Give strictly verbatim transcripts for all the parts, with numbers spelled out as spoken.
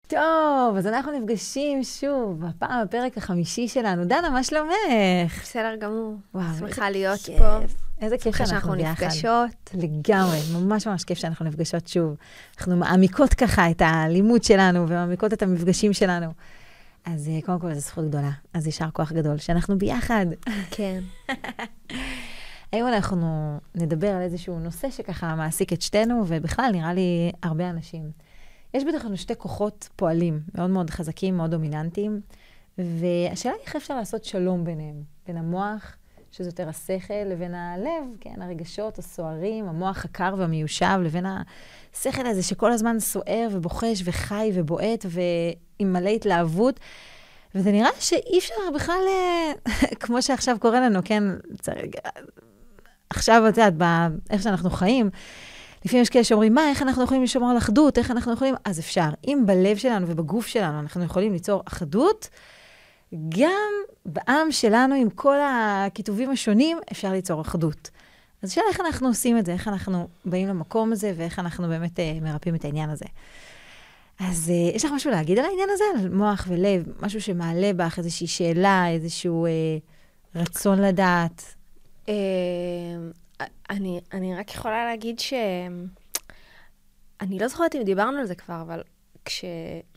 טוב, אז אנחנו נפגשים שוב, הפעם הפרק החמישי שלנו. דנה, מה שלומך? בסדר גמור. וואו, שמחה להיות כיף. פה. איזה כיף שאנחנו ביחד. נפגשות. לגמרי, ממש ממש כיף שאנחנו נפגשות שוב. אנחנו מעמיקות ככה את הלימוד שלנו, ומעמיקות את המפגשים שלנו. אז קודם כל, זו זכות גדולה. אז יישר כוח גדול, שאנחנו ביחד. כן. היום אנחנו נדבר על איזשהו נושא שככה מעסיק את שתינו, ובכלל נראה לי הרבה אנשים. יש בטח לנו שתי כוחות פועלים, מאוד מאוד חזקים, מאוד דומיננטיים, והשאלה היא איך אפשר לעשות שלום ביניהם, בין המוח, שזה יותר השכל, לבין הלב, כן, הרגשות הסוערים, המוח הקר והמיושב, לבין השכל הזה שכל הזמן סוער ובוחש וחי ובועט ועם מלא התלהבות, וזה נראה שאי אפשר בכלל, כמו שעכשיו קורה לנו, כן, עכשיו את יודעת, איך שאנחנו חיים, לפעמים יש כאלה שאומרים, מה, איך אנחנו יכולים לשמור על אחדות, איך אנחנו יכולים, אז אפשר. אם בלב שלנו ובגוף שלנו אנחנו יכולים ליצור אחדות, גם בעם שלנו, עם כל הכיתובים השונים, אפשר ליצור אחדות. אז שאלה איך אנחנו עושים את זה, איך אנחנו באים למקום הזה, ואיך אנחנו באמת uh, מרפאים את העניין הזה. אז uh, יש לך משהו להגיד על העניין הזה, על מוח ולב, משהו שמעלה בך איזושהי שאלה, איזשהו uh, רצון לדעת? Uh... אני, אני רק יכולה להגיד ש... אני לא זוכרת אם דיברנו על זה כבר, אבל כש...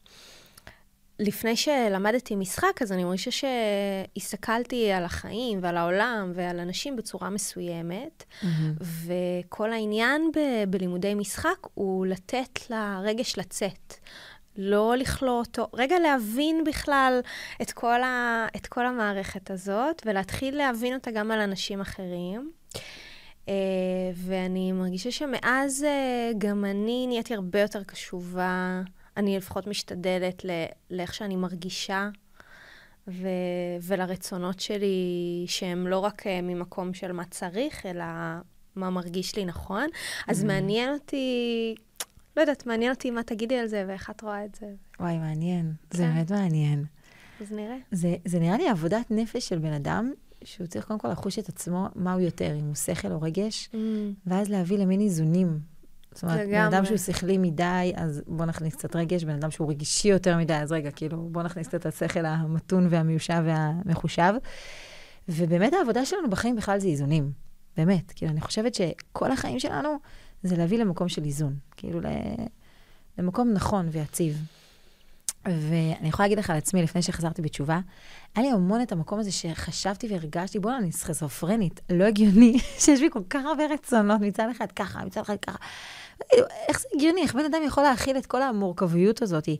לפני שלמדתי משחק, אז אני מרגישה שהסתכלתי על החיים ועל העולם ועל אנשים בצורה מסוימת, mm-hmm. וכל העניין ב- בלימודי משחק הוא לתת לרגש לצאת. לא לכלוא אותו, רגע להבין בכלל את כל, ה... את כל המערכת הזאת, ולהתחיל להבין אותה גם על אנשים אחרים. Uh, ואני מרגישה שמאז uh, גם אני נהייתי הרבה יותר קשובה, אני לפחות משתדלת ל- לאיך שאני מרגישה, ו- ולרצונות שלי שהם לא רק uh, ממקום של מה צריך, אלא מה מרגיש לי נכון. Mm-hmm. אז מעניין אותי, לא יודעת, מעניין אותי מה תגידי על זה ואיך את רואה את זה. וואי, מעניין. זה באמת מעניין. אז נראה. זה, זה נראה לי עבודת נפש של בן אדם, שהוא צריך קודם כל לחוש את עצמו, מה הוא יותר, אם הוא שכל או רגש, mm. ואז להביא למין איזונים. זאת אומרת, בן אדם שהוא שכלי מדי, אז בוא נכניס קצת רגש, בן אדם שהוא רגישי יותר מדי, אז רגע, כאילו, בוא נכניס קצת השכל המתון והמיושב והמחושב. ובאמת העבודה שלנו בחיים בכלל זה איזונים. באמת. כאילו, אני חושבת שכל החיים שלנו זה להביא למקום של איזון. כאילו, למקום נכון ויציב. ואני יכולה להגיד לך על עצמי, לפני שחזרתי בתשובה, היה לי המון את המקום הזה שחשבתי והרגשתי, בוא אני סכיזופרנית, לא הגיוני, שיש בי כל כך הרבה רצונות, מצד אחד ככה, מצד אחד ככה. איך זה הגיוני? איך בן אדם יכול להכיל את כל המורכביות הזאת?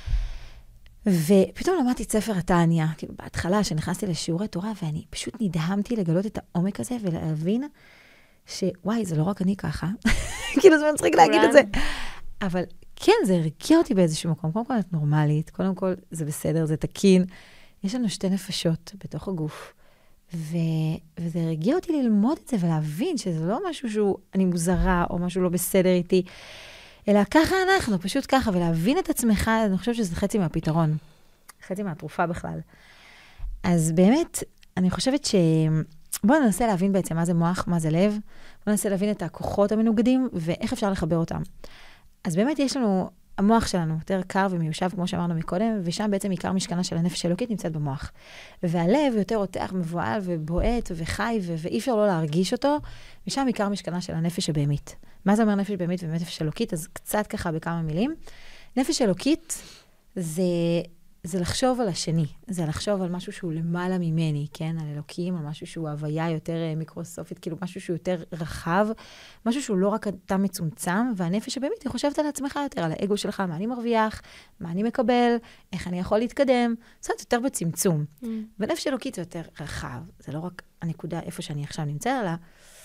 ופתאום למדתי את ספר התניא, כאילו בהתחלה שנכנסתי לשיעורי תורה, ואני פשוט נדהמתי לגלות את העומק הזה, ולהבין שוואי, זה לא רק אני ככה. כאילו זה מצחיק להגיד את זה. אבל כן, זה הרגיע אותי באיזשהו מקום. קודם כל, את נורמלית. קודם כל, זה בסדר, זה תקין. יש לנו שתי נפשות בתוך הגוף. ו... וזה הרגיע אותי ללמוד את זה ולהבין שזה לא משהו שהוא, אני מוזרה או משהו לא בסדר איתי, אלא ככה אנחנו, פשוט ככה, ולהבין את עצמך, אני חושבת שזה חצי מהפתרון. חצי מהתרופה בכלל. אז באמת, אני חושבת ש... בואו ננסה להבין בעצם מה זה מוח, מה זה לב. בואו ננסה להבין את הכוחות המנוגדים ואיך אפשר לחבר אותם. אז באמת יש לנו, המוח שלנו יותר קר ומיושב, כמו שאמרנו מקודם, ושם בעצם עיקר משכנה של הנפש האלוקית נמצאת במוח. והלב יותר רותח, מבועל ובועט וחי, ו- ואי אפשר לא להרגיש אותו, ושם עיקר משכנה של הנפש הבהמית. מה זה אומר נפש בהמית ונפש אלוקית? אז קצת ככה בכמה מילים. נפש אלוקית זה, זה לחשוב על השני, זה לחשוב על משהו שהוא למעלה ממני, כן? על אלוקים, על משהו שהוא הוויה יותר מיקרוסופית, כאילו משהו שהוא יותר רחב, משהו שהוא לא רק אתה מצומצם, והנפש הבאמת היא חושבת על עצמך יותר, על האגו שלך, מה אני מרוויח, מה אני מקבל, איך אני יכול להתקדם, זאת יותר בצמצום. Mm. ונפש אלוקית זה יותר רחב, זה לא רק הנקודה איפה שאני עכשיו נמצא, אלא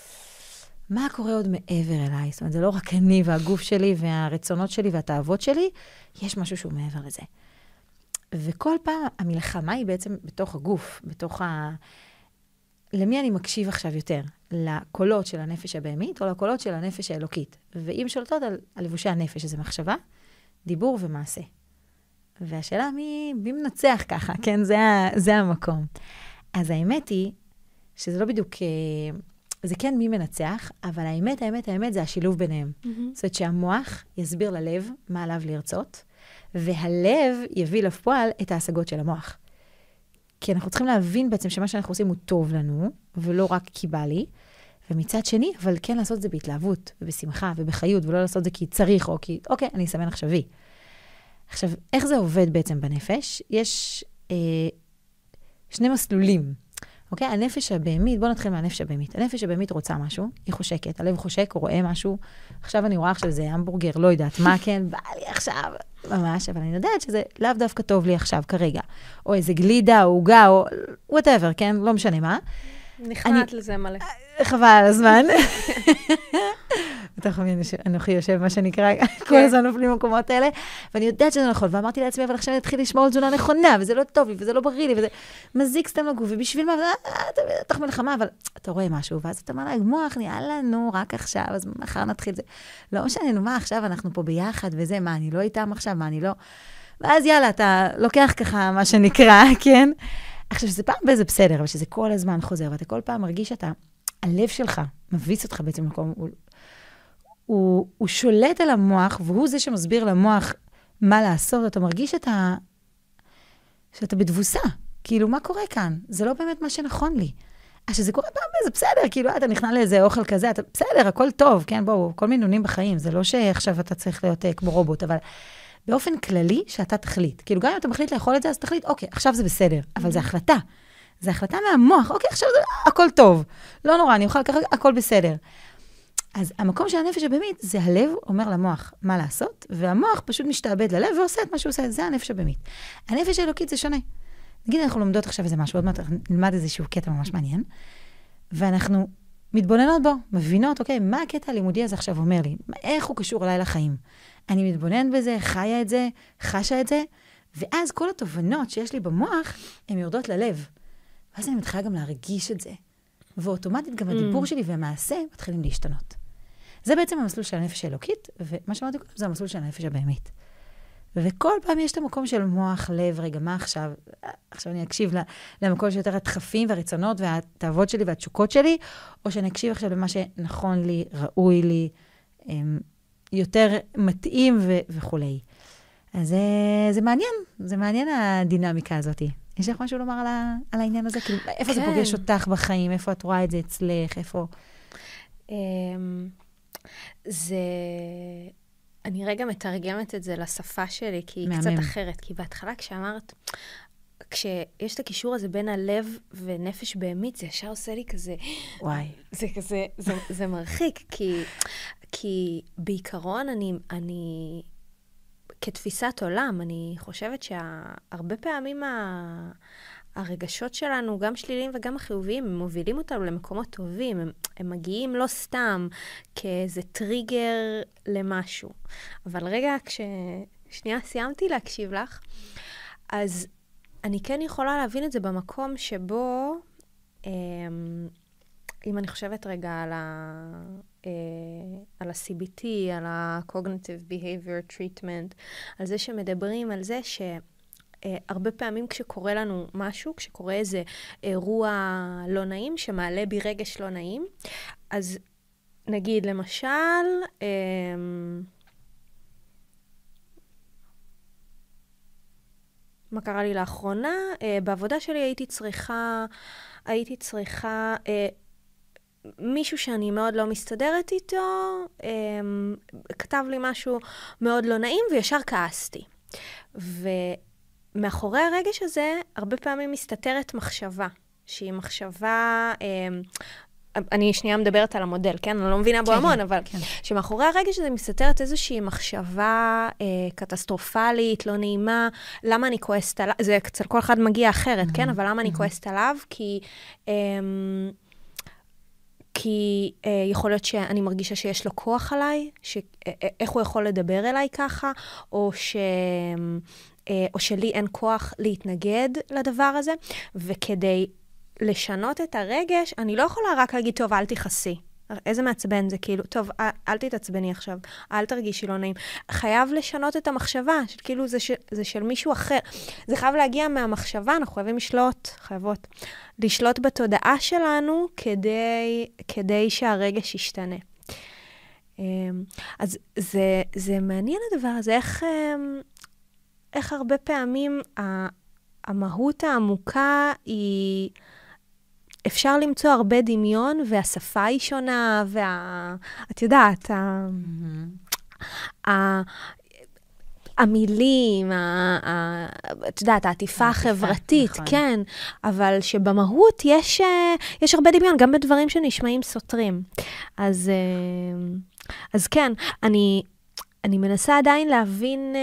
מה קורה עוד מעבר אליי? זאת אומרת, זה לא רק אני והגוף שלי והרצונות שלי והתאוות שלי, יש משהו שהוא מעבר לזה. וכל פעם המלחמה היא בעצם בתוך הגוף, בתוך ה... למי אני מקשיב עכשיו יותר? לקולות של הנפש הבהמית או לקולות של הנפש האלוקית? ואם שולטות על, על לבושי הנפש, שזה מחשבה, דיבור ומעשה. והשאלה מי, מי מנצח ככה, כן? זה, זה המקום. אז האמת היא שזה לא בדיוק... זה כן מי מנצח, אבל האמת, האמת, האמת זה השילוב ביניהם. Mm-hmm. זאת אומרת שהמוח יסביר ללב מה עליו לרצות, והלב יביא לפועל את ההשגות של המוח. כי אנחנו צריכים להבין בעצם שמה שאנחנו עושים הוא טוב לנו, ולא רק כי בא לי, ומצד שני, אבל כן לעשות את זה בהתלהבות, ובשמחה, ובחיות, ולא לעשות את זה כי צריך, או כי, אוקיי, אני אסמן עכשווי. עכשיו, איך זה עובד בעצם בנפש? יש אה, שני מסלולים. אוקיי? הנפש הבהמית, בואו נתחיל מהנפש הבהמית. הנפש הבהמית רוצה משהו, היא חושקת, הלב חושק, הוא רואה משהו. עכשיו אני רואה עכשיו זה המבורגר, לא יודעת מה כן, בא לי עכשיו, ממש, אבל אני יודעת שזה לאו דווקא טוב לי עכשיו, כרגע. או איזה גלידה, או עוגה, או whatever, כן? לא משנה מה. נכנעת לזה מלא. חבל על הזמן. בטח אנוכי יושב, מה שנקרא, כל הזמן נופלים במקומות האלה, ואני יודעת שזה נכון, ואמרתי לעצמי, אבל עכשיו אני אתחיל לשמור על תזונה נכונה, וזה לא טוב לי, וזה לא בריא לי, וזה מזיק סתם לגוף, ובשביל מה, תוך מלחמה, אבל אתה רואה משהו, ואז אתה אומר לה, מוח, נראה לנו רק עכשיו, אז מחר נתחיל זה. לא משנה, נו, מה עכשיו, אנחנו פה ביחד, וזה, מה, אני לא איתם עכשיו, מה, אני לא... ואז יאללה, אתה לוקח ככה, מה שנקרא, כן? עכשיו, שזה פעם באיזה בסדר, אבל שזה כל הזמן חוזר, ואתה כל פעם מרגיש שאתה, הלב שלך מביס אותך בעצם למקום, הוא, הוא, הוא שולט על המוח, והוא זה שמסביר למוח מה לעשות, אתה מרגיש שאתה, שאתה בדבוסה, כאילו, מה קורה כאן? זה לא באמת מה שנכון לי. אז שזה קורה פעם באיזה בסדר, כאילו, אתה נכנע לאיזה אוכל כזה, אתה בסדר, הכל טוב, כן, בואו, כל מינונים בחיים, זה לא שעכשיו אתה צריך להיות כמו רובוט, אבל באופן כללי שאתה תחליט. כאילו, גם אם אתה מחליט לאכול את זה, אז תחליט, אוקיי, עכשיו זה בסדר, אבל זו החלטה. זו החלטה מהמוח, אוקיי, עכשיו זה הכל טוב. לא נורא, אני אוכל ככה, הכל בסדר. אז המקום של הנפש הבהמית, זה הלב אומר למוח מה לעשות, והמוח פשוט משתעבד ללב ועושה את מה שהוא עושה, זה הנפש הבהמית. הנפש האלוקית זה שונה. נגיד, אנחנו לומדות עכשיו איזה משהו, עוד מעט נלמד איזשהו קטע ממש מעניין, ואנחנו מתבוננות בו, מבינות, אוקיי, מה הקטע הלימודי הזה עכשיו אומר לי? איך הוא קשור אליי לחיים? אני מתבונן בזה, חיה את זה, חשה את זה, ואז כל התובנות שיש לי במוח, הן יורדות ללב. ואז אני מתחילה גם להרגיש את זה. ואוטומטית גם הדיבור שלי והמעשה מתחילים להשתנות. זה בעצם המסלול של הנפש האלוקית, ומה שאמרתי קודם, זה המסלול של הנפש הבהמית. וכל פעם יש את המקום של מוח, לב, רגע, מה עכשיו? עכשיו אני אקשיב למקום שיותר הדחפים והרצונות והתאוות שלי והתשוקות שלי, או שאני אקשיב עכשיו למה שנכון לי, ראוי לי, יותר מתאים וכו'. אז זה, זה מעניין, זה מעניין הדינמיקה הזאת. יש לך משהו לומר על, ה, על העניין הזה? כאילו, איפה כן. זה פוגש אותך בחיים? איפה את רואה את זה אצלך? איפה? זה... אני רגע מתרגמת את זה לשפה שלי, כי היא מהמם. קצת אחרת. כי בהתחלה כשאמרת, כשיש את הקישור הזה בין הלב ונפש בהמית, זה ישר עושה לי כזה... וואי. זה כזה, זה, זה מרחיק, כי, כי בעיקרון אני... אני כתפיסת עולם, אני חושבת שהרבה פעמים ה... הרגשות שלנו, גם שליליים וגם החיוביים, הם מובילים אותנו למקומות טובים, הם, הם מגיעים לא סתם כאיזה טריגר למשהו. אבל רגע, כששנייה סיימתי להקשיב לך, אז אני כן יכולה להבין את זה במקום שבו, אם אני חושבת רגע על ה... על ה-סי בי טי, על ה-Cognitive Behavior Treatment, על זה שמדברים על זה שהרבה פעמים כשקורה לנו משהו, כשקורה איזה אירוע לא נעים, שמעלה בי רגש לא נעים, אז נגיד למשל, מה קרה לי לאחרונה? בעבודה שלי הייתי צריכה, הייתי צריכה, מישהו שאני מאוד לא מסתדרת איתו, כתב לי משהו מאוד לא נעים, וישר כעסתי. ומאחורי הרגש הזה, הרבה פעמים מסתתרת מחשבה, שהיא מחשבה... אני שנייה מדברת על המודל, כן? אני לא מבינה בו המון, אבל שמאחורי הרגש הזה מסתתרת איזושהי מחשבה קטסטרופלית, לא נעימה, למה אני כועסת עליו? זה אצל כל אחד מגיע אחרת, כן? אבל למה אני כועסת עליו? כי... כי אה, יכול להיות שאני מרגישה שיש לו כוח עליי, ש, אה, איך הוא יכול לדבר אליי ככה, או, ש, אה, או שלי אין כוח להתנגד לדבר הזה, וכדי לשנות את הרגש, אני לא יכולה רק להגיד, טוב, אל תכעסי. איזה מעצבן זה, כאילו, טוב, אל, אל תתעצבני עכשיו, אל תרגישי לא נעים. חייב לשנות את המחשבה, כאילו זה, ש, זה של מישהו אחר. זה חייב להגיע מהמחשבה, אנחנו חייבים לשלוט, חייבות, לשלוט בתודעה שלנו כדי, כדי שהרגש ישתנה. אז זה, זה מעניין הדבר הזה, איך, איך הרבה פעמים ה- המהות העמוקה היא... אפשר למצוא הרבה דמיון, והשפה היא שונה, וה... את יודעת, ה... ה... המילים, ה... ה... את יודעת, העטיפה החברתית, נכון. כן, אבל שבמהות יש, יש הרבה דמיון, גם בדברים שנשמעים סותרים. אז, אז כן, אני, אני מנסה עדיין להבין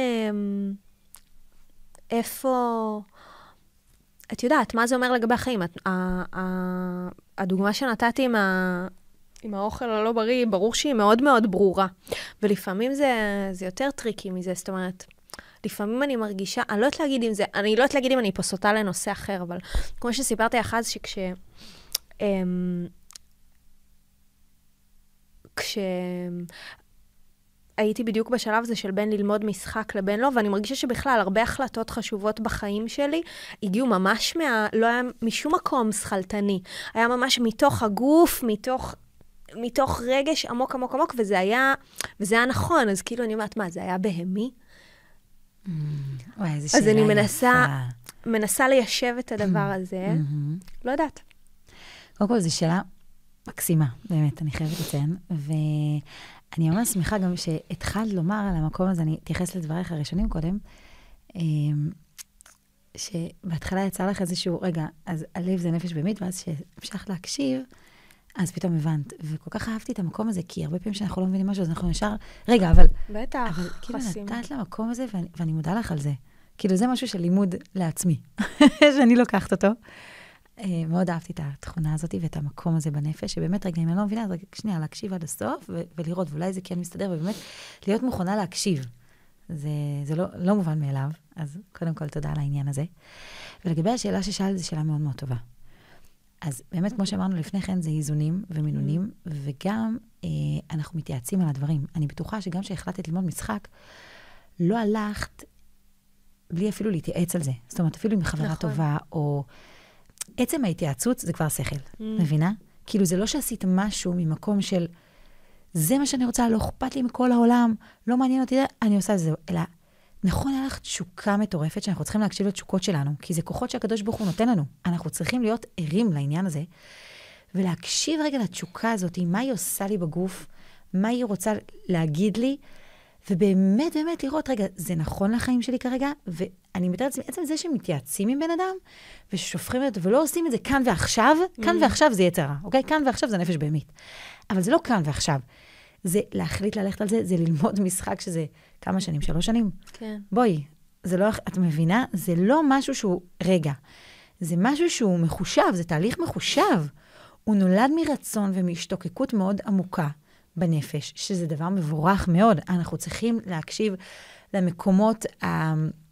איפה... את יודעת, מה זה אומר לגבי החיים? הדוגמה שנתתי עם, ה... עם האוכל הלא בריא, ברור שהיא מאוד מאוד ברורה. ולפעמים זה, זה יותר טריקי מזה, זאת אומרת, לפעמים אני מרגישה, אני לא יודעת להגיד אם זה, אני לא יודעת להגיד אם אני פה סוטה לנושא אחר, אבל כמו שסיפרתי אחת, שכש... אמ, כש... הייתי בדיוק בשלב הזה של בין ללמוד משחק לבין לא, ואני מרגישה שבכלל הרבה החלטות חשובות בחיים שלי הגיעו ממש מה... לא היה משום מקום שכלתני. היה ממש מתוך הגוף, מתוך, מתוך רגש עמוק עמוק עמוק, וזה היה, וזה היה נכון. אז כאילו אני אומרת, מה, זה היה בהמי? Mm, וואי, איזה שאלה אז אני מנסה, יפה. מנסה ליישב את הדבר הזה. Mm-hmm. לא יודעת. קודם כל, זו שאלה מקסימה, באמת, אני חייבת לציין, ו... אני ממש שמחה גם שהתחלת לומר על המקום הזה, אני אתייחס לדבריך הראשונים קודם, שבהתחלה יצא לך איזשהו, רגע, אז הלב זה נפש במית, ואז שהמשכת להקשיב, אז פתאום הבנת. וכל כך אהבתי את המקום הזה, כי הרבה פעמים שאנחנו לא מבינים משהו, אז אנחנו נשאר, רגע, אבל... בטח, אבל כאילו חסים. נתת למקום הזה, ואני, ואני מודה לך על זה. כאילו זה משהו של לימוד לעצמי, שאני לוקחת אותו. מאוד אהבתי את התכונה הזאת ואת המקום הזה בנפש, שבאמת רגע, אם אני לא מבינה, אז רגע, שנייה, להקשיב עד הסוף ו- ולראות, ואולי זה כן מסתדר, ובאמת להיות מוכנה להקשיב. זה, זה לא, לא מובן מאליו, אז קודם כל תודה על העניין הזה. ולגבי השאלה ששאלת, זו שאלה מאוד מאוד טובה. אז באמת, כמו שאמרנו לפני כן, זה איזונים ומינונים, וגם אה, אנחנו מתייעצים על הדברים. אני בטוחה שגם שהחלטת ללמוד משחק, לא הלכת בלי אפילו להתייעץ על זה. זאת אומרת, אפילו עם חברה נכון. טובה, או... עצם ההתייעצות זה כבר שכל, mm. מבינה? כאילו זה לא שעשית משהו ממקום של, זה מה שאני רוצה, לא אכפת לי מכל העולם, לא מעניין אותי, אני עושה את זה, אלא נכון, היה לך תשוקה מטורפת, שאנחנו צריכים להקשיב לתשוקות שלנו, כי זה כוחות שהקדוש ברוך הוא נותן לנו. אנחנו צריכים להיות ערים לעניין הזה, ולהקשיב רגע לתשוקה הזאת, מה היא עושה לי בגוף, מה היא רוצה להגיד לי, ובאמת, באמת לראות, רגע, זה נכון לחיים שלי כרגע, ואני מתארת לעצמי, עצם זה שמתייעצים עם בן אדם, ושופכים את זה, ולא עושים את זה כאן ועכשיו, כאן ועכשיו זה יצרה, אוקיי? כאן ועכשיו זה נפש בהמית. אבל זה לא כאן ועכשיו. זה להחליט ללכת על זה, זה ללמוד משחק שזה כמה שנים, שלוש שנים. כן. בואי, זה לא, את מבינה? זה לא משהו שהוא, רגע, זה משהו שהוא מחושב, זה תהליך מחושב. הוא נולד מרצון ומהשתוקקות מאוד עמוקה. בנפש, שזה דבר מבורך מאוד. אנחנו צריכים להקשיב למקומות, ה...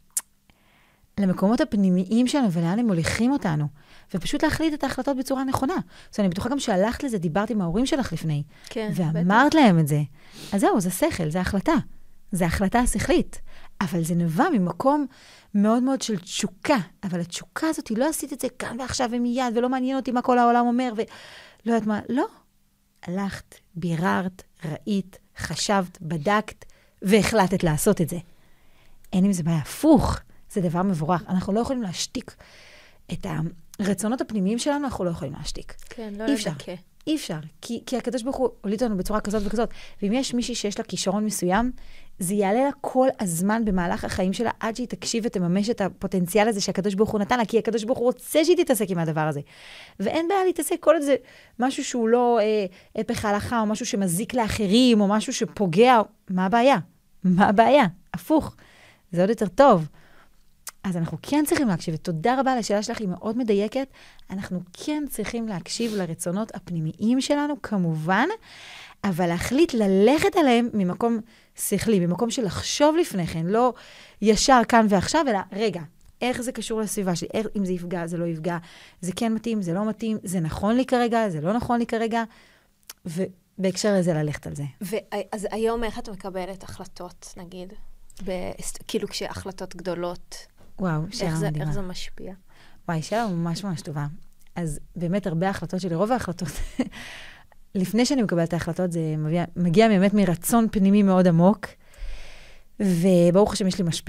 למקומות הפנימיים שלנו, ולאן הם מוליכים אותנו, ופשוט להחליט את ההחלטות בצורה נכונה. אז אני בטוחה גם שהלכת לזה, דיברת עם ההורים שלך לפני, כן, ואמרת בטח. להם את זה. אז זהו, זה שכל, זה החלטה. זה החלטה השכלית. אבל זה נבע ממקום מאוד מאוד של תשוקה. אבל התשוקה הזאת, היא לא עשית את זה כאן ועכשיו ומיד, ולא מעניין אותי מה כל העולם אומר, ולא יודעת מה, לא. הלכת, ביררת, ראית, חשבת, בדקת, והחלטת לעשות את זה. אין עם זה בעיה, הפוך, זה דבר מבורך. אנחנו לא יכולים להשתיק את הרצונות הפנימיים שלנו, אנחנו לא יכולים להשתיק. כן, לא אי אפשר. לדכא. אי אפשר, כי, כי הקדוש ברוך הוא הוליד אותנו בצורה כזאת וכזאת, ואם יש מישהי שיש לה כישרון מסוים, זה יעלה לה כל הזמן במהלך החיים שלה, עד שהיא תקשיב ותממש את הפוטנציאל הזה שהקדוש ברוך הוא נתן לה, כי הקדוש ברוך הוא רוצה שהיא תתעסק עם הדבר הזה. ואין בעיה להתעסק כל עוד זה משהו שהוא לא אה, הפך ההלכה, או משהו שמזיק לאחרים, או משהו שפוגע. מה הבעיה? מה הבעיה? הפוך. זה עוד יותר טוב. אז אנחנו כן צריכים להקשיב, ותודה רבה על השאלה שלך, היא מאוד מדייקת. אנחנו כן צריכים להקשיב לרצונות הפנימיים שלנו, כמובן, אבל להחליט ללכת עליהם ממקום שכלי, ממקום של לחשוב לפני כן, לא ישר כאן ועכשיו, אלא רגע, איך זה קשור לסביבה שלי, איך, אם זה יפגע, זה לא יפגע, זה כן מתאים, זה לא מתאים, זה נכון לי כרגע, זה לא נכון לי כרגע, ובהקשר לזה ללכת על זה. אז היום איך את מקבלת החלטות, נגיד, כאילו כשהחלטות גדולות, וואו, שאלה מדהימה. איך זה משפיע? וואי, שאלה ממש ממש טובה. אז באמת הרבה החלטות שלי, רוב ההחלטות, לפני שאני מקבלת את ההחלטות, זה מגיע, מגיע באמת מרצון פנימי מאוד עמוק, וברוך השם יש לי משפיע,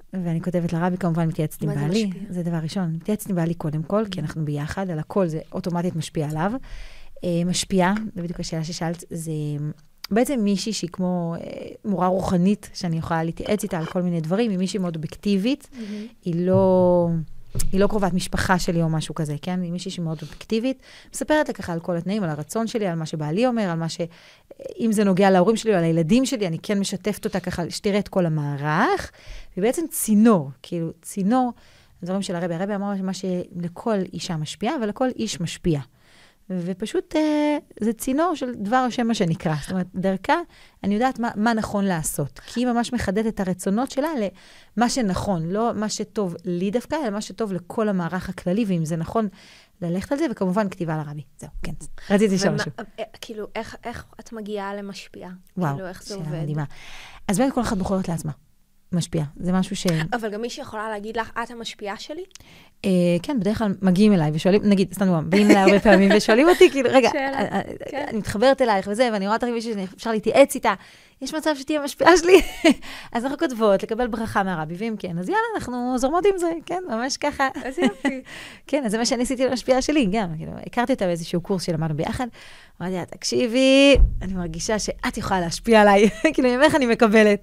ואני כותבת לרבי, כמובן מתייעצת עם בעלי. מה זה משפיע? זה דבר ראשון. מתייעצת עם בעלי קודם כל, כי אנחנו ביחד, על הכל זה אוטומטית משפיע עליו. משפיע, זה בדיוק השאלה ששאלת, זה בעצם מישהי שהיא כמו מורה רוחנית, שאני יכולה להתייעץ איתה על כל מיני דברים, היא מישהי מאוד אובייקטיבית, היא לא... היא לא קרובת משפחה שלי או משהו כזה, כן? היא מישהי שמאוד אובייקטיבית, מספרת לה ככה על כל התנאים, על הרצון שלי, על מה שבעלי אומר, על מה ש... אם זה נוגע להורים שלי או לילדים שלי, אני כן משתפת אותה ככה, שתראה את כל המערך, ובעצם צינור, כאילו צינור, הדברים של הרבי, הרבי אמר מה שלכל אישה משפיע, ולכל איש משפיע. ופשוט אה, זה צינור של דבר השם מה שנקרא. זאת אומרת, דרכה, אני יודעת מה, מה נכון לעשות. כי היא ממש מחדדת את הרצונות שלה למה שנכון, לא מה שטוב לי דווקא, אלא מה שטוב לכל המערך הכללי, ואם זה נכון ללכת על זה, וכמובן כתיבה לרבי. זהו, כן. רציתי לשאול משהו. כאילו, איך, איך את מגיעה למשפיעה? וואו, כאילו, איך זה שאלה עובד? מדהימה. אז באמת כל אחד בוחרת לעצמה. משפיע. זה משהו ש... אבל גם מישהי יכולה להגיד לך, את המשפיעה שלי? אה, כן, בדרך כלל מגיעים אליי ושואלים, נגיד, סתם דוגמה, באים אליי הרבה פעמים ושואלים אותי, כאילו, רגע, אני מתחברת אלייך וזה, ואני רואה אותך מישהי שאפשר להתייעץ איתה, יש מצב שתהיה המשפיעה שלי? אז אנחנו כותבות, לקבל ברכה מהרבי, ואם כן, אז יאללה, אנחנו זורמות עם זה, כן, ממש ככה. אז יופי. כן, אז זה מה שאני עשיתי למשפיעה שלי, גם, כאילו, הכרתי אותה באיזשהו קורס שלמדנו ביחד, אמרתי לה, תקשיבי, אני מרגישה שאת יכולה להשפיע עליי, כאילו, ממך אני מקבלת.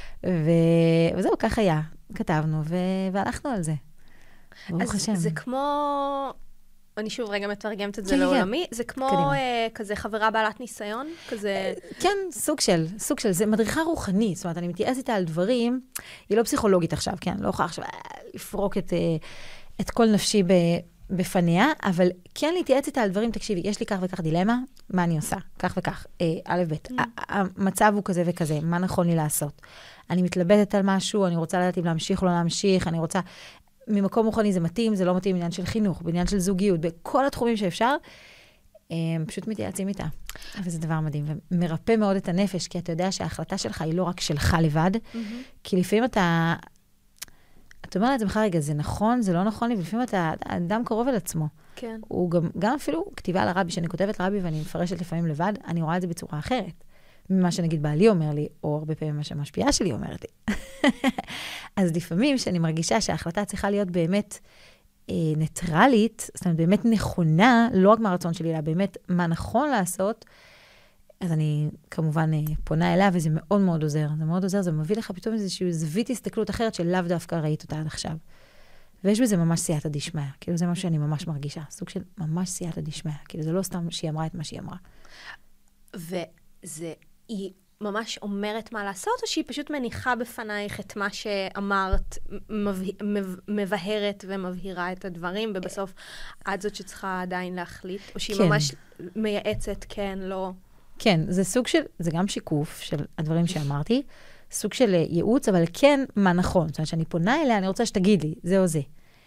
וזהו, כך היה. כתבנו, והלכנו על זה. ברוך השם. אז זה כמו... אני שוב רגע מתרגמת את זה לעולמי. זה כמו כזה חברה בעלת ניסיון? כזה... כן, סוג של, סוג של. זה מדריכה רוחנית. זאת אומרת, אני מתייעצת איתה על דברים, היא לא פסיכולוגית עכשיו, כן? לא יכולה עכשיו לפרוק את כל נפשי בפניה, אבל כן להתייעץ איתה על דברים, תקשיבי, יש לי כך וכך דילמה, מה אני עושה? כך וכך. א' ב', המצב הוא כזה וכזה, מה נכון לי לעשות? אני מתלבטת על משהו, אני רוצה לדעת אם להמשיך או לא להמשיך, אני רוצה... ממקום רוחני זה מתאים, זה לא מתאים בעניין של חינוך, בעניין של זוגיות, בכל התחומים שאפשר, פשוט מתייעצים איתה. וזה דבר מדהים, ומרפא מאוד את הנפש, כי אתה יודע שההחלטה שלך היא לא רק שלך לבד, כי לפעמים אתה... אתה אומר לעצמך, רגע, זה נכון, זה לא נכון לי, ולפעמים אתה אדם קרוב אל עצמו. כן. הוא גם, גם אפילו כתיבה לרבי, שאני כותבת לרבי ואני מפרשת לפעמים לבד, אני רואה את זה בצורה אחרת. ממה שנגיד בעלי אומר לי, או הרבה פעמים מה שהמשפיעה שלי אומרת לי. אז לפעמים שאני מרגישה שההחלטה צריכה להיות באמת אה, ניטרלית, זאת אומרת, באמת נכונה, לא רק מהרצון שלי, אלא באמת מה נכון לעשות, אז אני כמובן אה, פונה אליה, וזה מאוד מאוד עוזר. זה מאוד עוזר, זה מביא לך פתאום איזושהי זווית הסתכלות אחרת, שלאו דווקא ראית אותה עד עכשיו. ויש בזה ממש סייעתא דשמיא. כאילו זה מה שאני ממש מרגישה. סוג של ממש סייעתא דשמיא. כאילו זה לא סתם שהיא אמרה את מה שהיא אמרה. וזה... היא ממש אומרת מה לעשות, או שהיא פשוט מניחה בפנייך את מה שאמרת, מבהרת ומבהירה את הדברים, ובסוף את זאת שצריכה עדיין להחליט, או שהיא ממש מייעצת, כן, לא. כן, זה סוג של, זה גם שיקוף של הדברים שאמרתי, סוג של ייעוץ, אבל כן מה נכון. זאת אומרת, שאני פונה אליה, אני רוצה שתגיד לי, זה או זה.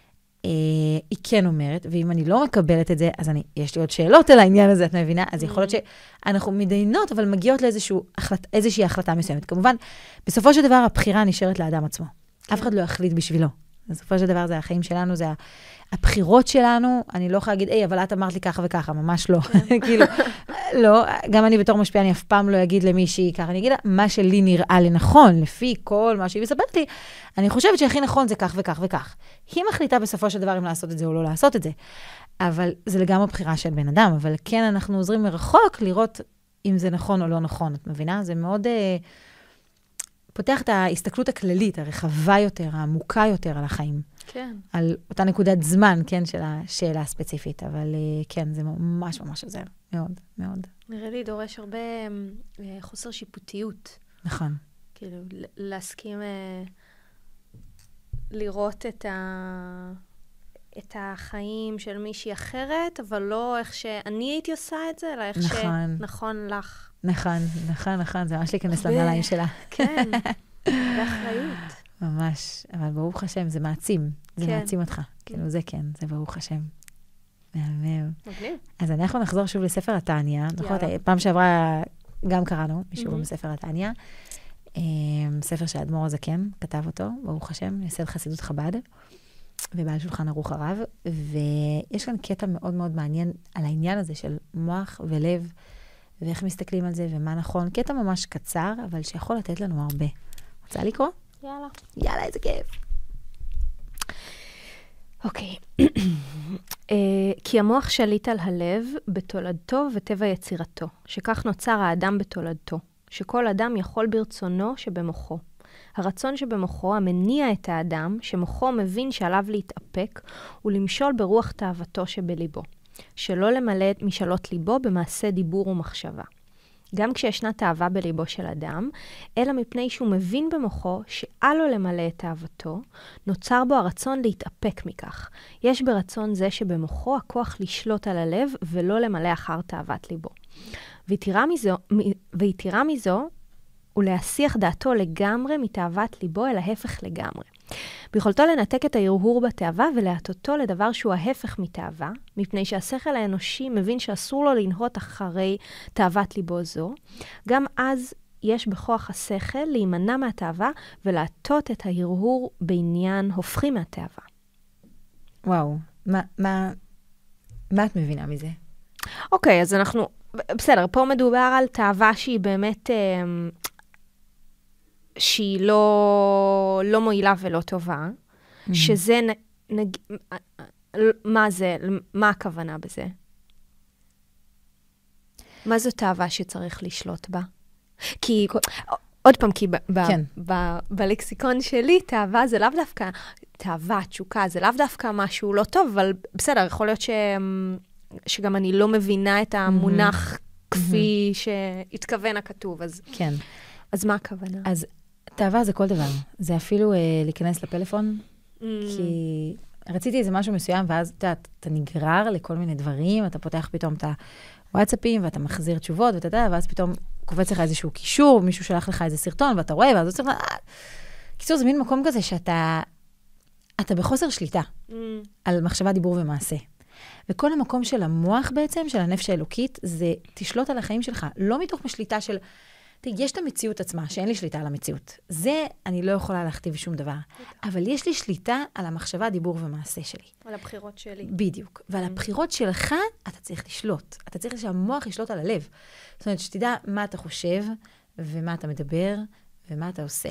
היא כן אומרת, ואם אני לא מקבלת את זה, אז אני, יש לי עוד שאלות על העניין הזה, את מבינה? אז יכול להיות שאנחנו מדיינות, אבל מגיעות לאיזושהי החלטה מסוימת. כמובן, בסופו של דבר, הבחירה נשארת לאדם עצמו. אף אחד לא יחליט בשבילו. בסופו של דבר, זה החיים שלנו, זה הבחירות שלנו. אני לא יכולה להגיד, היי, אבל את אמרת לי ככה וככה, ממש לא. כאילו, לא, גם אני בתור משפיעה, אני אף פעם לא אגיד למישהי ככה, אני אגיד לה, מה שלי נראה לנכון, לפי כל מה שהיא מספרת לי, אני חושבת שהכי נכון זה כך וכך וכך. היא מחליטה בסופו של דבר אם לעשות את זה או לא לעשות את זה. אבל זה לגמרי בחירה של בן אדם, אבל כן אנחנו עוזרים מרחוק לראות אם זה נכון או לא נכון, את מבינה? זה מאוד אה, פותח את ההסתכלות הכללית, הרחבה יותר, העמוקה יותר על החיים. כן. על אותה נקודת זמן, כן, של השאלה הספציפית, אבל אה, כן, זה ממש ממש עוזר, מאוד, מאוד. נראה לי דורש הרבה אה, חוסר שיפוטיות. נכון. כאילו, להסכים... אה... לראות את, ה... את החיים של מישהי אחרת, אבל לא איך שאני הייתי עושה את זה, אלא איך נכון. שנכון לך. נכון, נכון, נכון, זה ממש להיכנס לנעליים שלה. כן, באחריות. ממש, אבל ברוך השם, זה מעצים, זה כן. מעצים אותך. כאילו זה כן, זה ברוך השם. מהמם. מגניב. אז אנחנו נחזור שוב לספר התניא. נכון, פעם שעברה גם קראנו, משהו בספר התניא. ספר שהאדמו"ר הזקן כתב אותו, ברוך השם, מייסד חסידות חב"ד, ובעל שולחן ערוך הרב, ויש כאן קטע מאוד מאוד מעניין על העניין הזה של מוח ולב, ואיך מסתכלים על זה, ומה נכון. קטע ממש קצר, אבל שיכול לתת לנו הרבה. רוצה לקרוא? יאללה. יאללה, איזה כיף. אוקיי. כי המוח שליט על הלב בתולדתו וטבע יצירתו, שכך נוצר האדם בתולדתו, שכל אדם יכול ברצונו שבמוחו. הרצון שבמוחו המניע את האדם, שמוחו מבין שעליו להתאפק, ולמשול ברוח תאוותו שבליבו, שלא למלא את משאלות ליבו במעשה דיבור ומחשבה. גם כשישנה תאווה בליבו של אדם, אלא מפני שהוא מבין במוחו שאל לו למלא את תאוותו, נוצר בו הרצון להתאפק מכך. יש ברצון זה שבמוחו הכוח לשלוט על הלב ולא למלא אחר תאוות ליבו. ויתירה מזו, ויתירה מזו, ולהסיח דעתו לגמרי מתאוות ליבו אל ההפך לגמרי. ביכולתו לנתק את ההרהור בתאווה ולהטותו לדבר שהוא ההפך מתאווה, מפני שהשכל האנושי מבין שאסור לו לנהות אחרי תאוות ליבו זו, גם אז יש בכוח השכל להימנע מהתאווה ולהטות את ההרהור בעניין הופכי מהתאווה. וואו, מה, מה, מה את מבינה מזה? אוקיי, אז אנחנו, בסדר, פה מדובר על תאווה שהיא באמת... שהיא לא, לא מועילה ולא טובה, mm-hmm. שזה, נג... מה זה, מה הכוונה בזה? מה זו תאווה שצריך לשלוט בה? כי, עוד פעם, כי ב- כן. ב- ב- בלקסיקון שלי, תאווה זה לאו דווקא, תאווה, תשוקה, זה לאו דווקא משהו לא טוב, אבל בסדר, יכול להיות ש... שגם אני לא מבינה את המונח mm-hmm. כפי mm-hmm. שהתכוון הכתוב, אז... כן. אז מה הכוונה? אז תאווה זה כל דבר. זה אפילו אה, להיכנס לפלאפון, mm. כי רציתי איזה משהו מסוים, ואז אתה, אתה נגרר לכל מיני דברים, אתה פותח פתאום את הוואטסאפים, ואתה מחזיר תשובות, ואתה יודע, ואז פתאום קופץ לך איזשהו קישור, מישהו שלח לך איזה סרטון, ואתה רואה, ואז אתה צריך... קיצור, זה מין מקום כזה שאתה אתה בחוסר שליטה mm. על מחשבה, דיבור ומעשה. וכל המקום של המוח בעצם, של הנפש האלוקית, זה תשלוט על החיים שלך, לא מתוך משליטה של... יש את המציאות עצמה, שאין לי שליטה על המציאות. זה אני לא יכולה להכתיב שום דבר. אבל יש לי שליטה על המחשבה, דיבור ומעשה שלי. על הבחירות שלי. בדיוק. ועל הבחירות שלך, אתה צריך לשלוט. אתה צריך שהמוח ישלוט על הלב. זאת אומרת, שתדע מה אתה חושב, ומה אתה מדבר, ומה אתה עושה.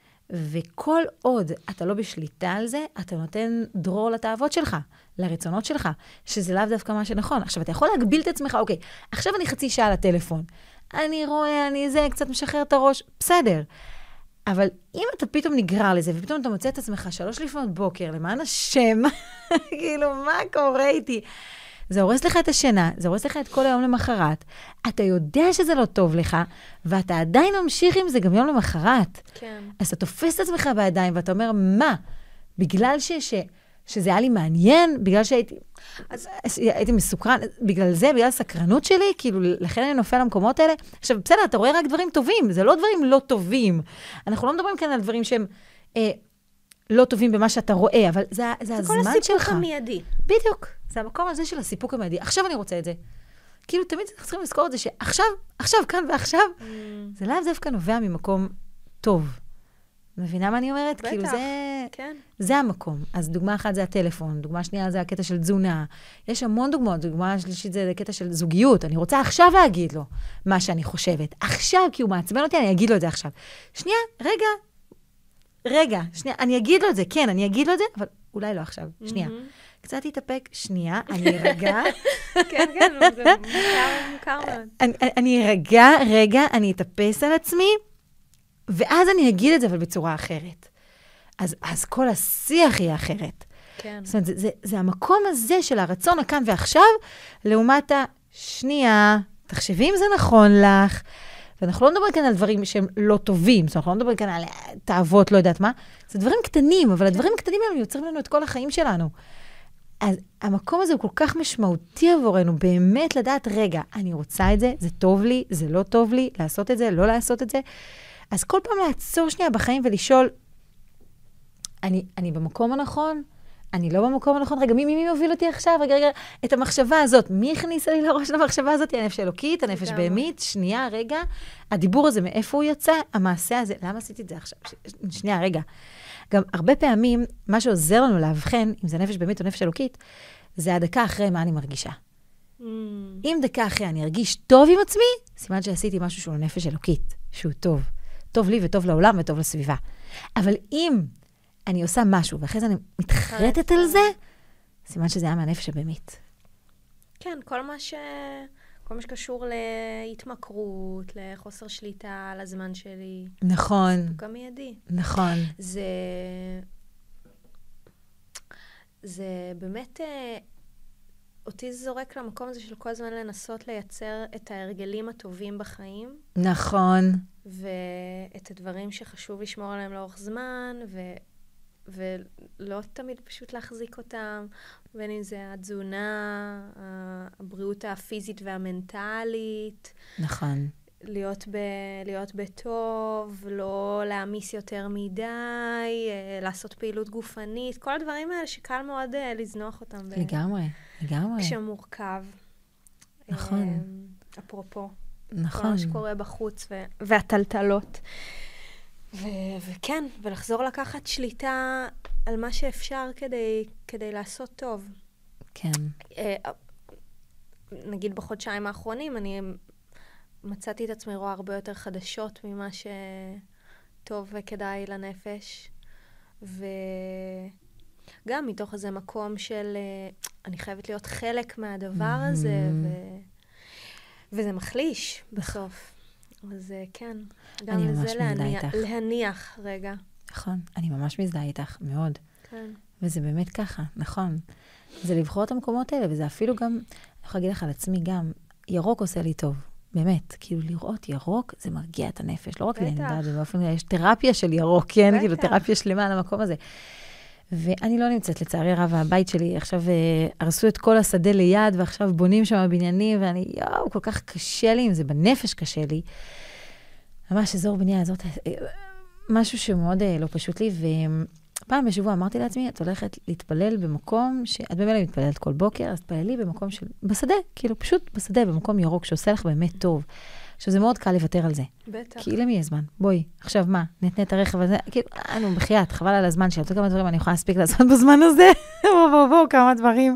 וכל עוד אתה לא בשליטה על זה, אתה נותן דרור לתאוות שלך, לרצונות שלך, שזה לאו דווקא מה שנכון. עכשיו, אתה יכול להגביל את עצמך, אוקיי, עכשיו אני חצי שעה לטלפון. אני רואה, אני זה, קצת משחרר את הראש, בסדר. אבל אם אתה פתאום נגרר לזה, ופתאום אתה מוצא את עצמך שלוש לפנות בוקר, למען השם, כאילו, מה קורה איתי? זה הורס לך את השינה, זה הורס לך את כל היום למחרת. אתה יודע שזה לא טוב לך, ואתה עדיין ממשיך עם זה גם יום למחרת. כן. אז אתה תופס את עצמך בידיים, ואתה אומר, מה? בגלל ש... ש... שזה היה לי מעניין, בגלל שהייתי אז, הייתי מסוקרן, בגלל זה, בגלל הסקרנות שלי, כאילו, לכן אני נופל למקומות האלה. עכשיו, בסדר, אתה רואה רק דברים טובים, זה לא דברים לא טובים. אנחנו לא מדברים כאן על דברים שהם אה, לא טובים במה שאתה רואה, אבל זה, זה, זה הזמן שלך. זה כל הסיפוק המיידי. בדיוק, זה המקום הזה של הסיפוק המיידי. עכשיו אני רוצה את זה. כאילו, תמיד צריכים לזכור את זה שעכשיו, עכשיו, כאן ועכשיו, mm. זה לאו דווקא נובע ממקום טוב. מבינה מה אני אומרת? בטח, כאילו זה, כן. זה המקום. אז דוגמה אחת זה הטלפון, דוגמה שנייה זה הקטע של תזונה. יש המון דוגמאות, דוגמה שלישית זה הקטע של זוגיות. אני רוצה עכשיו להגיד לו מה שאני חושבת. עכשיו, כי הוא מעצבן אותי, אני אגיד לו את זה עכשיו. שנייה, רגע, רגע, שנייה, אני אגיד לו את זה, כן, אני אגיד לו את זה, אבל אולי לא עכשיו, שנייה. Mm-hmm. קצת יתאפק, שנייה, אני ארגע. כן, כן, זה מוכר מאוד. אני, אני ארגע, רגע, אני אתאפס על עצמי, ואז אני אגיד את זה, אבל בצורה אחרת. אז, אז כל השיח יהיה אחרת. כן. זאת אומרת, זה, זה, זה המקום הזה של הרצון הכאן ועכשיו, לעומת השנייה, תחשבי אם זה נכון לך, ואנחנו לא מדברים כאן על דברים שהם לא טובים, זאת אומרת, אנחנו לא מדברים כאן על תאוות, לא יודעת מה, זה דברים קטנים, אבל הדברים הקטנים האלה יוצרים לנו את כל החיים שלנו. אז המקום הזה הוא כל כך משמעותי עבורנו, באמת לדעת, רגע, אני רוצה את זה, זה טוב לי, זה לא טוב לי, לעשות את זה, לא לעשות את זה. אז כל פעם לעצור שנייה בחיים ולשאול, אני, אני במקום הנכון? אני לא במקום הנכון? רגע, מי, מי, מי מוביל אותי עכשיו? רגע, רגע, את המחשבה הזאת, מי הכניסה לי לראש למחשבה הזאת? הנפש אלוקית, הנפש בהמית, שנייה, רגע, הדיבור הזה, מאיפה הוא יצא? המעשה הזה, למה עשיתי את זה עכשיו? ש, שנייה, רגע. גם הרבה פעמים, מה שעוזר לנו להבחן, אם זה נפש בהמית או נפש אלוקית, זה הדקה אחרי מה אני מרגישה. Mm. אם דקה אחרי אני ארגיש טוב עם עצמי, סימן שעשיתי משהו שהוא נפש אלוקית, שהוא טוב. טוב לי וטוב לעולם וטוב לסביבה. אבל אם אני עושה משהו, ואחרי זה אני מתחרטת על זה, סימן שזה היה מהנפש הבאמת. כן, כל מה ש... כל מה שקשור להתמכרות, לחוסר שליטה על הזמן שלי. נכון. זה גם מיידי. נכון. זה... זה באמת... אותי זורק למקום הזה של כל הזמן לנסות לייצר את ההרגלים הטובים בחיים. נכון. ואת הדברים שחשוב לשמור עליהם לאורך זמן, ו... ולא תמיד פשוט להחזיק אותם, בין אם זה התזונה, הבריאות הפיזית והמנטלית. נכון. להיות, ב, להיות בטוב, לא להעמיס יותר מדי, לעשות פעילות גופנית, כל הדברים האלה שקל מאוד לזנוח אותם. לגמרי, לגמרי. כשמורכב. נכון. אפרופו. נכון. כל מה שקורה בחוץ ו- והטלטלות. ו- וכן, ולחזור לקחת שליטה על מה שאפשר כדי, כדי לעשות טוב. כן. נגיד בחודשיים האחרונים, אני מצאתי את עצמי רואה הרבה יותר חדשות ממה שטוב וכדאי לנפש. וגם מתוך איזה מקום של, אני חייבת להיות חלק מהדבר הזה, ו... וזה מחליש בסוף. אז כן, גם לזה להניח, להניח רגע. נכון, אני ממש מזדהה איתך, מאוד. כן. וזה באמת ככה, נכון. זה לבחור את המקומות האלה, וזה אפילו גם, אני יכולה להגיד לך על עצמי גם, ירוק עושה לי טוב. באמת, כאילו לראות ירוק, זה מרגיע את הנפש. לא רק לנדע, זה באופן, יש תרפיה של ירוק, כן? כאילו תרפיה שלמה על המקום הזה. ואני לא נמצאת, לצערי רב, הבית שלי, עכשיו הרסו את כל השדה ליד, ועכשיו בונים שם בניינים, ואני, יואו, כל כך קשה לי, אם זה בנפש קשה לי. ממש אזור בנייה הזאת, משהו שמאוד לא פשוט לי, ופעם בשבוע אמרתי לעצמי, את הולכת להתפלל במקום, שאת במילא מתפללת כל בוקר, אז תפללי במקום של, בשדה, כאילו פשוט בשדה, במקום ירוק, שעושה לך באמת טוב. עכשיו, זה מאוד קל לוותר על זה. בטח. כי למי יש זמן? בואי, עכשיו מה? נתנה את הרכב הזה? כאילו, אנו, בחייאת, חבל על הזמן שלי. אתה יודע כמה דברים אני יכולה להספיק לעשות בזמן הזה? בואו, בואו, בואו, כמה דברים.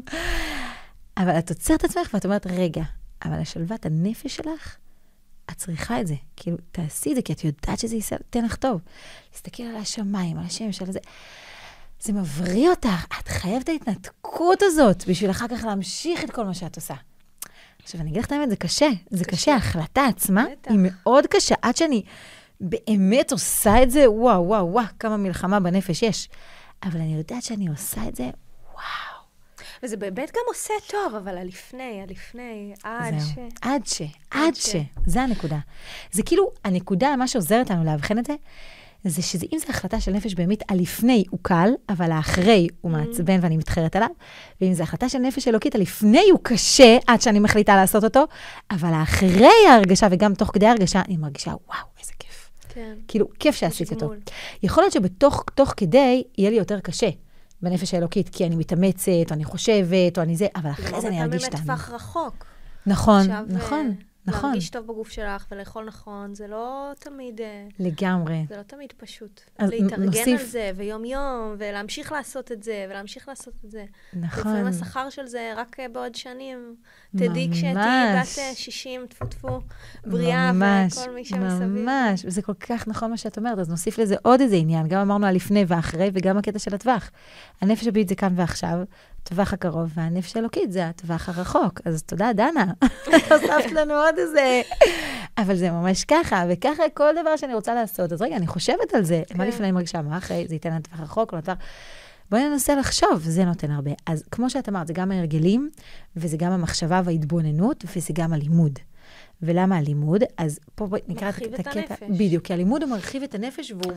אבל את עוצרת את עצמך ואת אומרת, רגע, אבל השלוות הנפש שלך, את צריכה את זה. כאילו, תעשי את זה, כי את יודעת שזה ייתן לך טוב. להסתכל על השמיים, על השם של זה. זה מבריא אותך. את חייבת ההתנתקות הזאת, בשביל אחר כך להמשיך את כל מה שאת עושה. עכשיו, אני אגיד לך את האמת, זה קשה. זה קשה. ההחלטה עצמה היא מאוד קשה. עד שאני באמת עושה את זה, וואו, וואו, וואו, כמה מלחמה בנפש יש. אבל אני יודעת שאני עושה את זה, וואו. וזה באמת גם עושה טוב, אבל הלפני, הלפני, עד ש... עד ש, עד ש. זה הנקודה. זה כאילו, הנקודה, מה שעוזרת לנו להבחן את זה, זה שזה, אם זו החלטה של נפש באמת, הלפני הוא קל, אבל האחרי הוא מעצבן ואני מתחרט עליו, ואם זו החלטה של נפש אלוקית, הלפני הוא קשה, עד שאני מחליטה לעשות אותו, אבל האחרי ההרגשה, וגם תוך כדי ההרגשה, אני מרגישה, וואו, איזה כיף. כן. כאילו, כיף שעשיתי אותו. יכול להיות שבתוך תוך כדי, יהיה לי יותר קשה, בנפש האלוקית, כי אני מתאמצת, או אני חושבת, או אני זה, אבל אחרי זה אני ארגיש תמיד טווח רחוק. נכון, נכון. נכון. להרגיש טוב בגוף שלך ולאכול נכון, זה לא תמיד... לגמרי. זה לא תמיד פשוט. להתארגן נוסיף... על זה, ויום יום, ולהמשיך לעשות את זה, ולהמשיך לעשות את זה. נכון. לפעמים השכר של זה רק בעוד שנים. תדעי כשתהי בת שישים, טפו טפו, בריאה, ממש, וכל מי שמסביב. ממש, וזה כל כך נכון מה שאת אומרת, אז נוסיף לזה עוד איזה עניין, גם אמרנו על לפני ואחרי, וגם הקטע של הטווח. הנפש הבית זה כאן ועכשיו, הטווח הקרוב, והנפש האלוקית זה הטווח הרחוק. אז תודה, דנה. הוספת לנו עוד איזה... אבל זה ממש ככה, וככה כל דבר שאני רוצה לעשות. אז רגע, אני חושבת על זה. מה לפני אני מרגישה? מה אחרי? זה ייתן לטווח רחוק או לטווח... בואי ננסה לחשוב, זה נותן הרבה. אז כמו שאת אמרת, זה גם ההרגלים, וזה גם המחשבה וההתבוננות, וזה גם הלימוד. ולמה הלימוד? אז פה בואי נקרא את הקטע. בדיוק, כי הלימוד הוא מרחיב את הנפש, והוא...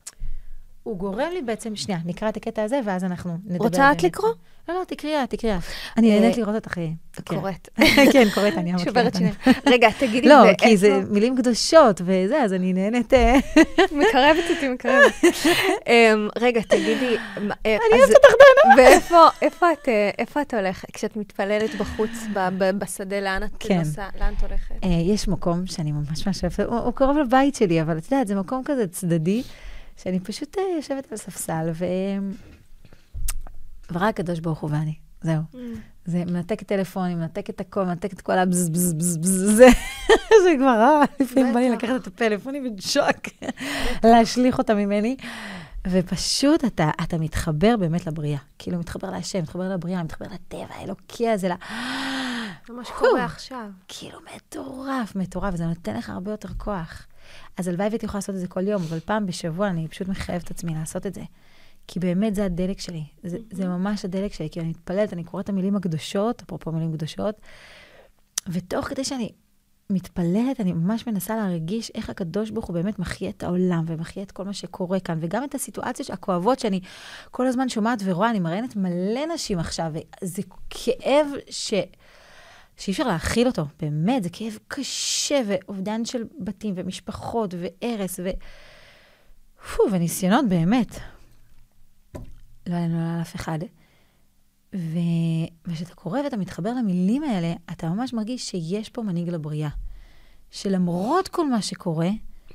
הוא גורם לי בעצם, שנייה, נקרא את הקטע הזה, ואז אנחנו נדבר. רוצה את לקרוא? לא, לא, תקריאה, תקריאה. אני נהנית לראות אותך. קוראת. כן, קוראת, אני אמרת. שוברת שנייה. רגע, תגידי, לא, כי זה מילים קדושות, וזה, אז אני נהנית... מקרבת אותי, מקרבת. רגע, תגידי... אני אוהבת אותך, דנה. ואיפה את הולכת? כשאת מתפללת בחוץ, בשדה, לאן את הולכת? יש מקום שאני ממש ממש אוהבת, הוא קרוב לבית שלי, אבל את יודעת, זה מקום כזה צדדי, שאני פשוט יושבת על ספסל, ו... ורק הקדוש ברוך הוא ואני, זהו. Mm. זה מנתק את טלפונים, מנתק את הכל, מנתק את כל הבז בז בז בז, זה, זה כבר רע. לפעמים בא לי לקחת את הפלאפונים ושוק, להשליך אותה ממני. ופשוט אתה, אתה מתחבר באמת לבריאה. כאילו, מתחבר להשם, מתחבר לבריאה, מתחבר לטבע, האלוקי הזה, לה... זה מה שקורה עכשיו. כאילו, מטורף, מטורף, זה נותן לך הרבה יותר כוח. אז הלוואי והייתי יכולה לעשות את זה כל יום, אבל פעם בשבוע אני פשוט מחייבת את עצמי לעשות את זה. כי באמת זה הדלק שלי. זה, זה ממש הדלק שלי, כי אני מתפללת, אני קוראת את המילים הקדושות, אפרופו מילים קדושות, ותוך כדי שאני מתפללת, אני ממש מנסה להרגיש איך הקדוש ברוך הוא באמת מחיה את העולם, ומחיה את כל מה שקורה כאן, וגם את הסיטואציות הכואבות שאני כל הזמן שומעת ורואה, אני מראיינת מלא נשים עכשיו, וזה כאב ש... שאי אפשר להכיל אותו, באמת, זה כאב קשה, ואובדן של בתים ומשפחות, והרס, ו... פו, וניסיונות באמת. לא עלינו על אף אחד. ו... וכשאתה קורא ואתה מתחבר למילים האלה, אתה ממש מרגיש שיש פה מנהיג לבריאה. שלמרות כל מה שקורה,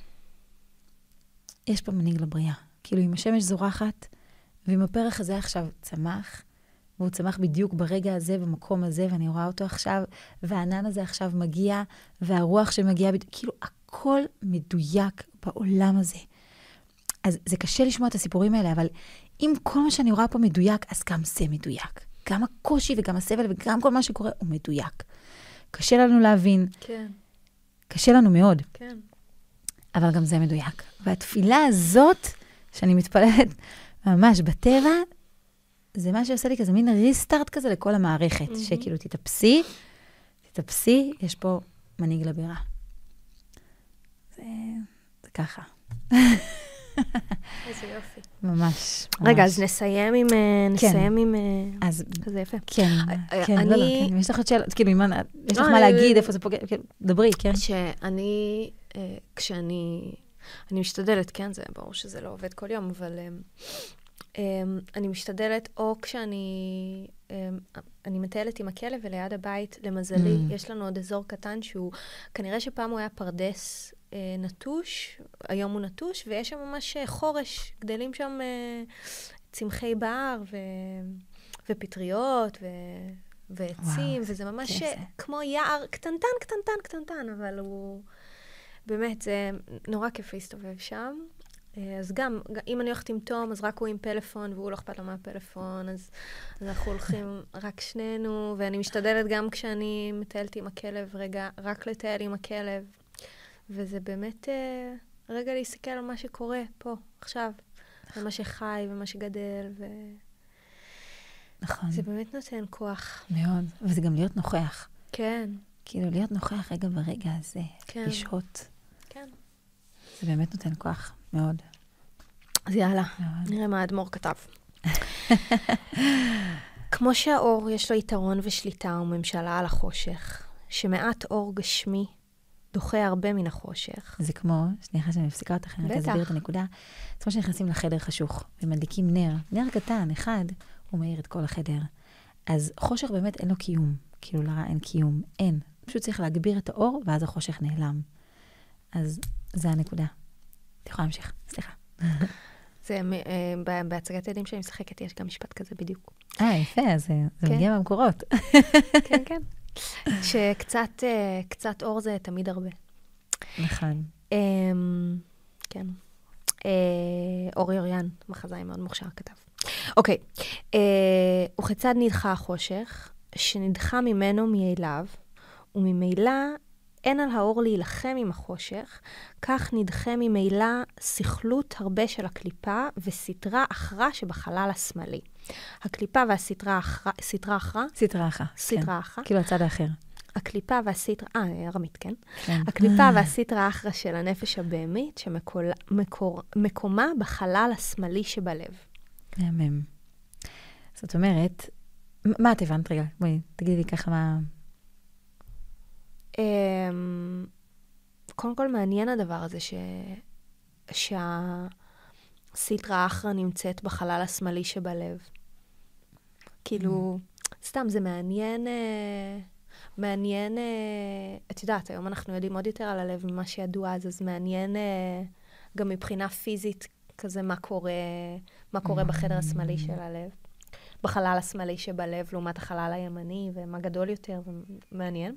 יש פה מנהיג לבריאה. כאילו, אם השמש זורחת, ואם הפרח הזה עכשיו צמח, והוא צמח בדיוק ברגע הזה, במקום הזה, ואני רואה אותו עכשיו, והענן הזה עכשיו מגיע, והרוח שמגיע, בדיוק, כאילו, הכל מדויק בעולם הזה. אז זה קשה לשמוע את הסיפורים האלה, אבל אם כל מה שאני רואה פה מדויק, אז גם זה מדויק. גם הקושי וגם הסבל וגם כל מה שקורה הוא מדויק. קשה לנו להבין. כן. קשה לנו מאוד. כן. אבל גם זה מדויק. והתפילה הזאת, שאני מתפללת ממש בטבע, זה מה שעושה לי כזה מין ריסטארט כזה לכל המערכת. Mm-hmm. שכאילו תתאפסי, תתאפסי, יש פה מנהיג לבירה. זה, זה ככה. איזה יופי. ממש. רגע, אז נסיים עם... נסיים עם... אז... כזה יפה. כן, כן, לא, לא, כן. יש לך עוד שאלות, כאילו, יש לך מה להגיד, איפה זה פוגע, דברי, כן? שאני, כשאני... אני משתדלת, כן, זה ברור שזה לא עובד כל יום, אבל אני משתדלת, או כשאני... אני מטיילת עם הכלב, וליד הבית, למזלי, יש לנו עוד אזור קטן שהוא... כנראה שפעם הוא היה פרדס נטוש, היום הוא נטוש, ויש שם ממש חורש, גדלים שם צמחי בר ו... ופטריות ו... ועצים, וזה ממש כמו יער קטנטן, קטנטן, קטנטן, אבל הוא... באמת, זה נורא כיף להסתובב שם. אז גם, אם אני הולכת עם תום, אז רק הוא עם פלאפון, והוא לא אכפת לו מהפלאפון, אז אנחנו הולכים רק שנינו, ואני משתדלת גם כשאני מטיילת עם הכלב, רגע, רק לטייל עם הכלב. וזה באמת אה, רגע להסתכל על מה שקורה פה, עכשיו, על מה שחי ומה שגדל, ו... נכון. זה באמת נותן כוח. מאוד, וזה גם להיות נוכח. כן. כאילו, להיות נוכח רגע ברגע הזה, כן. לשהות. כן. זה באמת נותן כוח, מאוד. אז יאללה, מאוד. נראה מה האדמו"ר כתב. כמו שהאור יש לו יתרון ושליטה וממשלה על החושך, שמעט אור גשמי, דוחה הרבה מן החושך. זה כמו, שנייה שאני מפסיקה אותך, אני רק אסביר את הנקודה. זה כמו שנכנסים לחדר חשוך, ומדליקים נר, נר קטן, אחד, הוא מאיר את כל החדר. אז חושך באמת אין לו קיום, כאילו לרע אין קיום, אין. פשוט צריך להגביר את האור, ואז החושך נעלם. אז זה הנקודה. אתה יכולה להמשיך, סליחה. זה, בהצגת ילדים שאני משחקת, יש גם משפט כזה בדיוק. אה, יפה, זה מגיע מהמקורות. כן, כן. שקצת קצת אור זה תמיד הרבה. נכון. כן. אורי אוריאן, מחזאי מאוד מוכשר, כתב. אוקיי. וכיצד נדחה החושך, שנדחה ממנו מאליו, וממילא אין על האור להילחם עם החושך, כך נדחה ממילא סכלות הרבה של הקליפה, וסתרה אחרה שבחלל השמאלי. הקליפה והסתרה אחרה, סתרה אחרה? סתרה אחרה. סתרה אחרה. כאילו הצד האחר. הקליפה והסתרה, אה, ארמית, כן? הקליפה והסתרה האחרה של הנפש הבהמית, שמקומה בחלל השמאלי שבלב. מהמם. זאת אומרת, מה את הבנת רגע? בואי, תגידי לי ככה מה... קודם כל מעניין הדבר הזה ש... שהסתרה האחרה נמצאת בחלל השמאלי שבלב. כאילו, סתם, זה מעניין, מעניין, את יודעת, היום אנחנו יודעים עוד יותר על הלב ממה שידוע, אז זה מעניין גם מבחינה פיזית כזה מה קורה, מה קורה בחדר השמאלי של הלב. בחלל השמאלי שבלב, לעומת החלל הימני, ומה גדול יותר, ומעניין.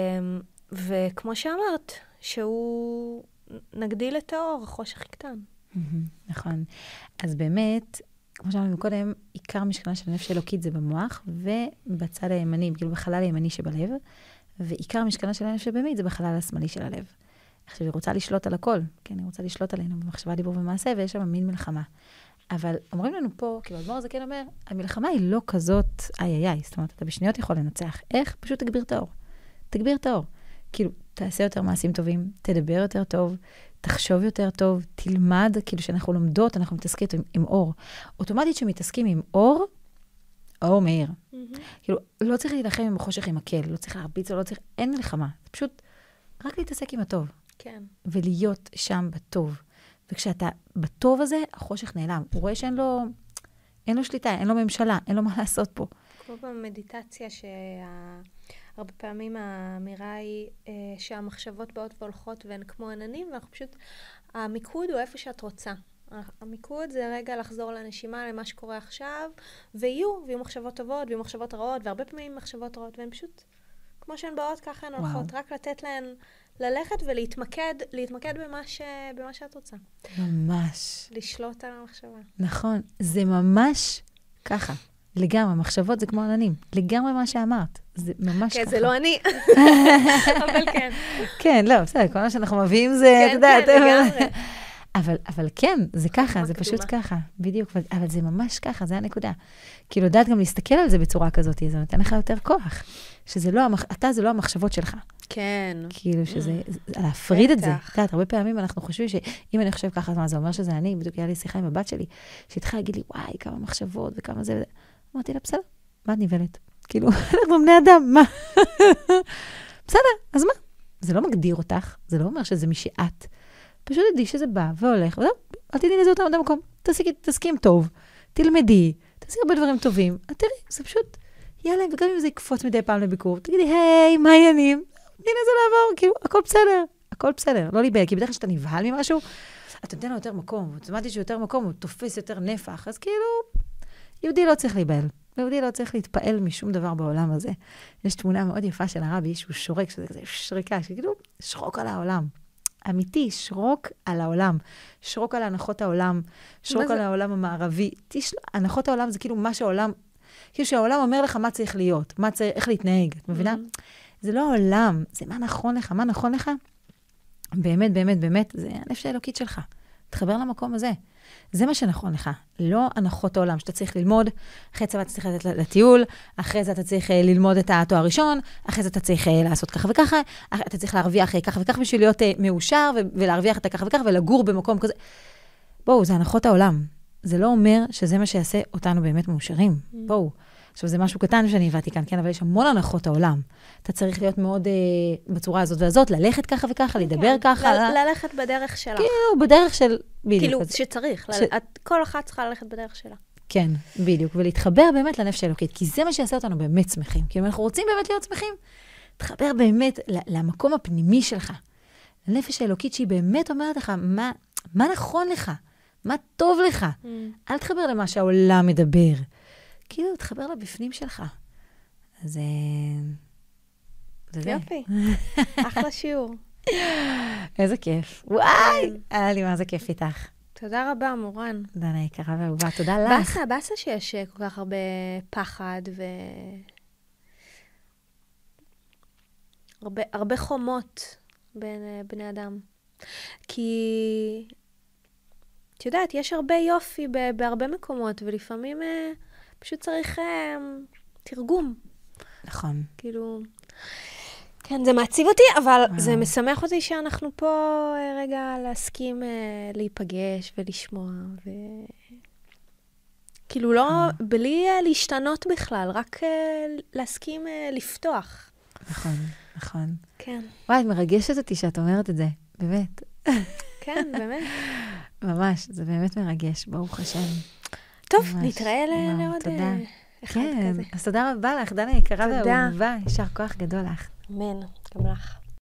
וכמו שאמרת, שהוא נגדיל את האור, החושך יקטן. נכון. אז באמת, כמו שאמרנו קודם, עיקר משכנה של הנפש האלוקית זה במוח, ובצד הימני, כאילו בחלל הימני שבלב, ועיקר המשכנה של הנפש הבהמית זה בחלל השמאלי של הלב. עכשיו, היא רוצה לשלוט על הכל, כן, היא רוצה לשלוט עלינו במחשבה, דיבור ומעשה, ויש שם מין מלחמה. אבל אומרים לנו פה, כאילו, אדמו"ר הזקן אומר, המלחמה היא לא כזאת איי איי איי, זאת אומרת, אתה בשניות יכול לנצח. איך? פשוט תגביר את האור. תגביר את האור. כאילו, תעשה יותר מעשים טובים, תדבר יותר טוב, תחשוב יותר טוב, תלמד, כאילו שאנחנו לומדות, אנחנו מתעסקים עם, עם אור. אוטומטית שמתעסקים עם אור, האור מאיר. Mm-hmm. כאילו, לא צריך להילחם עם החושך עם הקל, לא צריך להרביץ, לא צריך, אין מלחמה. זה פשוט רק להתעסק עם הטוב. כן. ולהיות שם בטוב. וכשאתה בטוב הזה, החושך נעלם. הוא רואה שאין לו, אין לו שליטה, אין לו ממשלה, אין לו מה לעשות פה. כמו במדיטציה, שהרבה פעמים האמירה היא שהמחשבות באות והולכות והן כמו עננים, ואנחנו פשוט, המיקוד הוא איפה שאת רוצה. המיקוד זה רגע לחזור לנשימה, למה שקורה עכשיו, ויהיו, ויהיו מחשבות טובות, ויהיו מחשבות רעות, והרבה פעמים מחשבות רעות, והן פשוט, כמו שהן באות, ככה הן הולכות, רק לתת להן ללכת ולהתמקד, להתמקד במה, ש... במה שאת רוצה. ממש. לשלוט על המחשבה. נכון, זה ממש ככה. לגמרי, מחשבות זה כמו עננים. לגמרי מה שאמרת. זה ממש ככה. כן, זה לא אני. אבל כן. כן, לא, בסדר, כל מה שאנחנו מביאים זה, כן, כן, לגמרי. אבל, אבל כן, זה ככה, זה פשוט ככה. בדיוק, אבל זה ממש ככה, זה הנקודה. כאילו, לדעת גם להסתכל על זה בצורה כזאת, זה נותן לך יותר כוח. שזה לא, אתה זה לא המחשבות שלך. כן. כאילו שזה, להפריד את זה. את יודעת, הרבה פעמים אנחנו חושבים שאם אני חושב ככה, מה זה אומר שזה אני, בדיוק היה לי שיחה עם הבת שלי, שהתחילה להגיד לי, וואי, כמה מחשבות וכמה זה, אמרתי לה, בסדר, מה את נבלת? כאילו, אנחנו בני אדם, מה? בסדר, אז מה? זה לא מגדיר אותך, זה לא אומר שזה מי שאת. פשוט תדעי שזה בא והולך, וזהו, אל תדעי לזה אותם במקום. תעסקי עם טוב, תלמדי, תעשי הרבה דברים טובים. תראי, זה פשוט, יאללה, וגם אם זה יקפוץ מדי פעם לביקור, תגידי, היי, מה העניינים? תני לזה לעבור, כאילו, הכל בסדר, הכל בסדר, לא להיבהל, כי בדרך כלל שאתה נבהל ממשהו, אתה נותן לו יותר מקום, ואוטומטית שיותר מקום, הוא תופס יותר נפח, אז כאילו, יהודי לא צריך להיבהל, יהודי לא צריך להתפעל משום דבר בעולם הזה. יש תמונה מאוד יפה של הרבי, שהוא שורק, שזה כזה שריקה, שכאילו, שרוק על העולם. אמיתי, שרוק על העולם, שרוק על הנחות העולם, שרוק על העולם המערבי. הנחות העולם זה כאילו מה שהעולם, כאילו שהעולם אומר לך מה צריך להיות, מה צריך, איך להתנהג, את מבינה? זה לא העולם, זה מה נכון לך, מה נכון לך? באמת, באמת, באמת, זה הנפש האלוקית שלך. תחבר למקום הזה. זה מה שנכון לך. לא הנחות העולם, שאתה צריך ללמוד, אחרי צבא אתה צריך לתת לטיול, אחרי זה אתה צריך ללמוד את התואר הראשון, אחרי זה אתה צריך לעשות ככה וככה, אתה צריך להרוויח ככה וככה בשביל להיות מאושר, ולהרוויח את ככה וככה, ולגור במקום כזה. בואו, זה הנחות העולם. זה לא אומר שזה מה שיעשה אותנו באמת מאושרים. בואו. עכשיו, זה משהו קטן שאני הבאתי כאן, כן? אבל יש המון הנחות העולם. אתה צריך להיות מאוד, אה, בצורה הזאת והזאת, ללכת ככה וככה, לדבר ככה. ללכת בדרך שלך. כאילו, בדרך של... כאילו, שצריך. כל אחת צריכה ללכת בדרך שלה. כן, בדיוק. ולהתחבר באמת לנפש האלוקית, כי זה מה שיעשה אותנו באמת שמחים. כאילו, אנחנו רוצים באמת להיות שמחים, תחבר באמת למקום הפנימי שלך. לנפש האלוקית שהיא באמת אומרת לך, מה, מה נכון לך? מה טוב לך? אל תחבר למה שהעולם מדבר. כאילו, תחבר לבפנים שלך. אז זה זה. יופי. אחלה שיעור. איזה כיף. וואי! היה לי מה זה כיף איתך. תודה רבה, מורן. דנה יקרה ואהובה, תודה לך. באסה, באסה שיש כל כך הרבה פחד ו... הרבה, הרבה חומות בין בני אדם. כי... את יודעת, יש הרבה יופי בהרבה מקומות, ולפעמים... פשוט צריך אה, תרגום. נכון. כאילו, כן, זה מעציב אותי, אבל וואו. זה משמח אותי שאנחנו פה אה, רגע להסכים אה, להיפגש ולשמוע, ו... כאילו לא, בלי אה, להשתנות בכלל, רק אה, להסכים אה, לפתוח. נכון, נכון. כן. וואי, את מרגשת אותי שאת אומרת את זה, באמת. כן, באמת. ממש, זה באמת מרגש, ברוך השם. טוב, נתראה לעוד אחד כזה. כן, אז תודה רבה לך, דנה יקרה ואהובה, יישר כוח גדול לך. אמן, גם לך.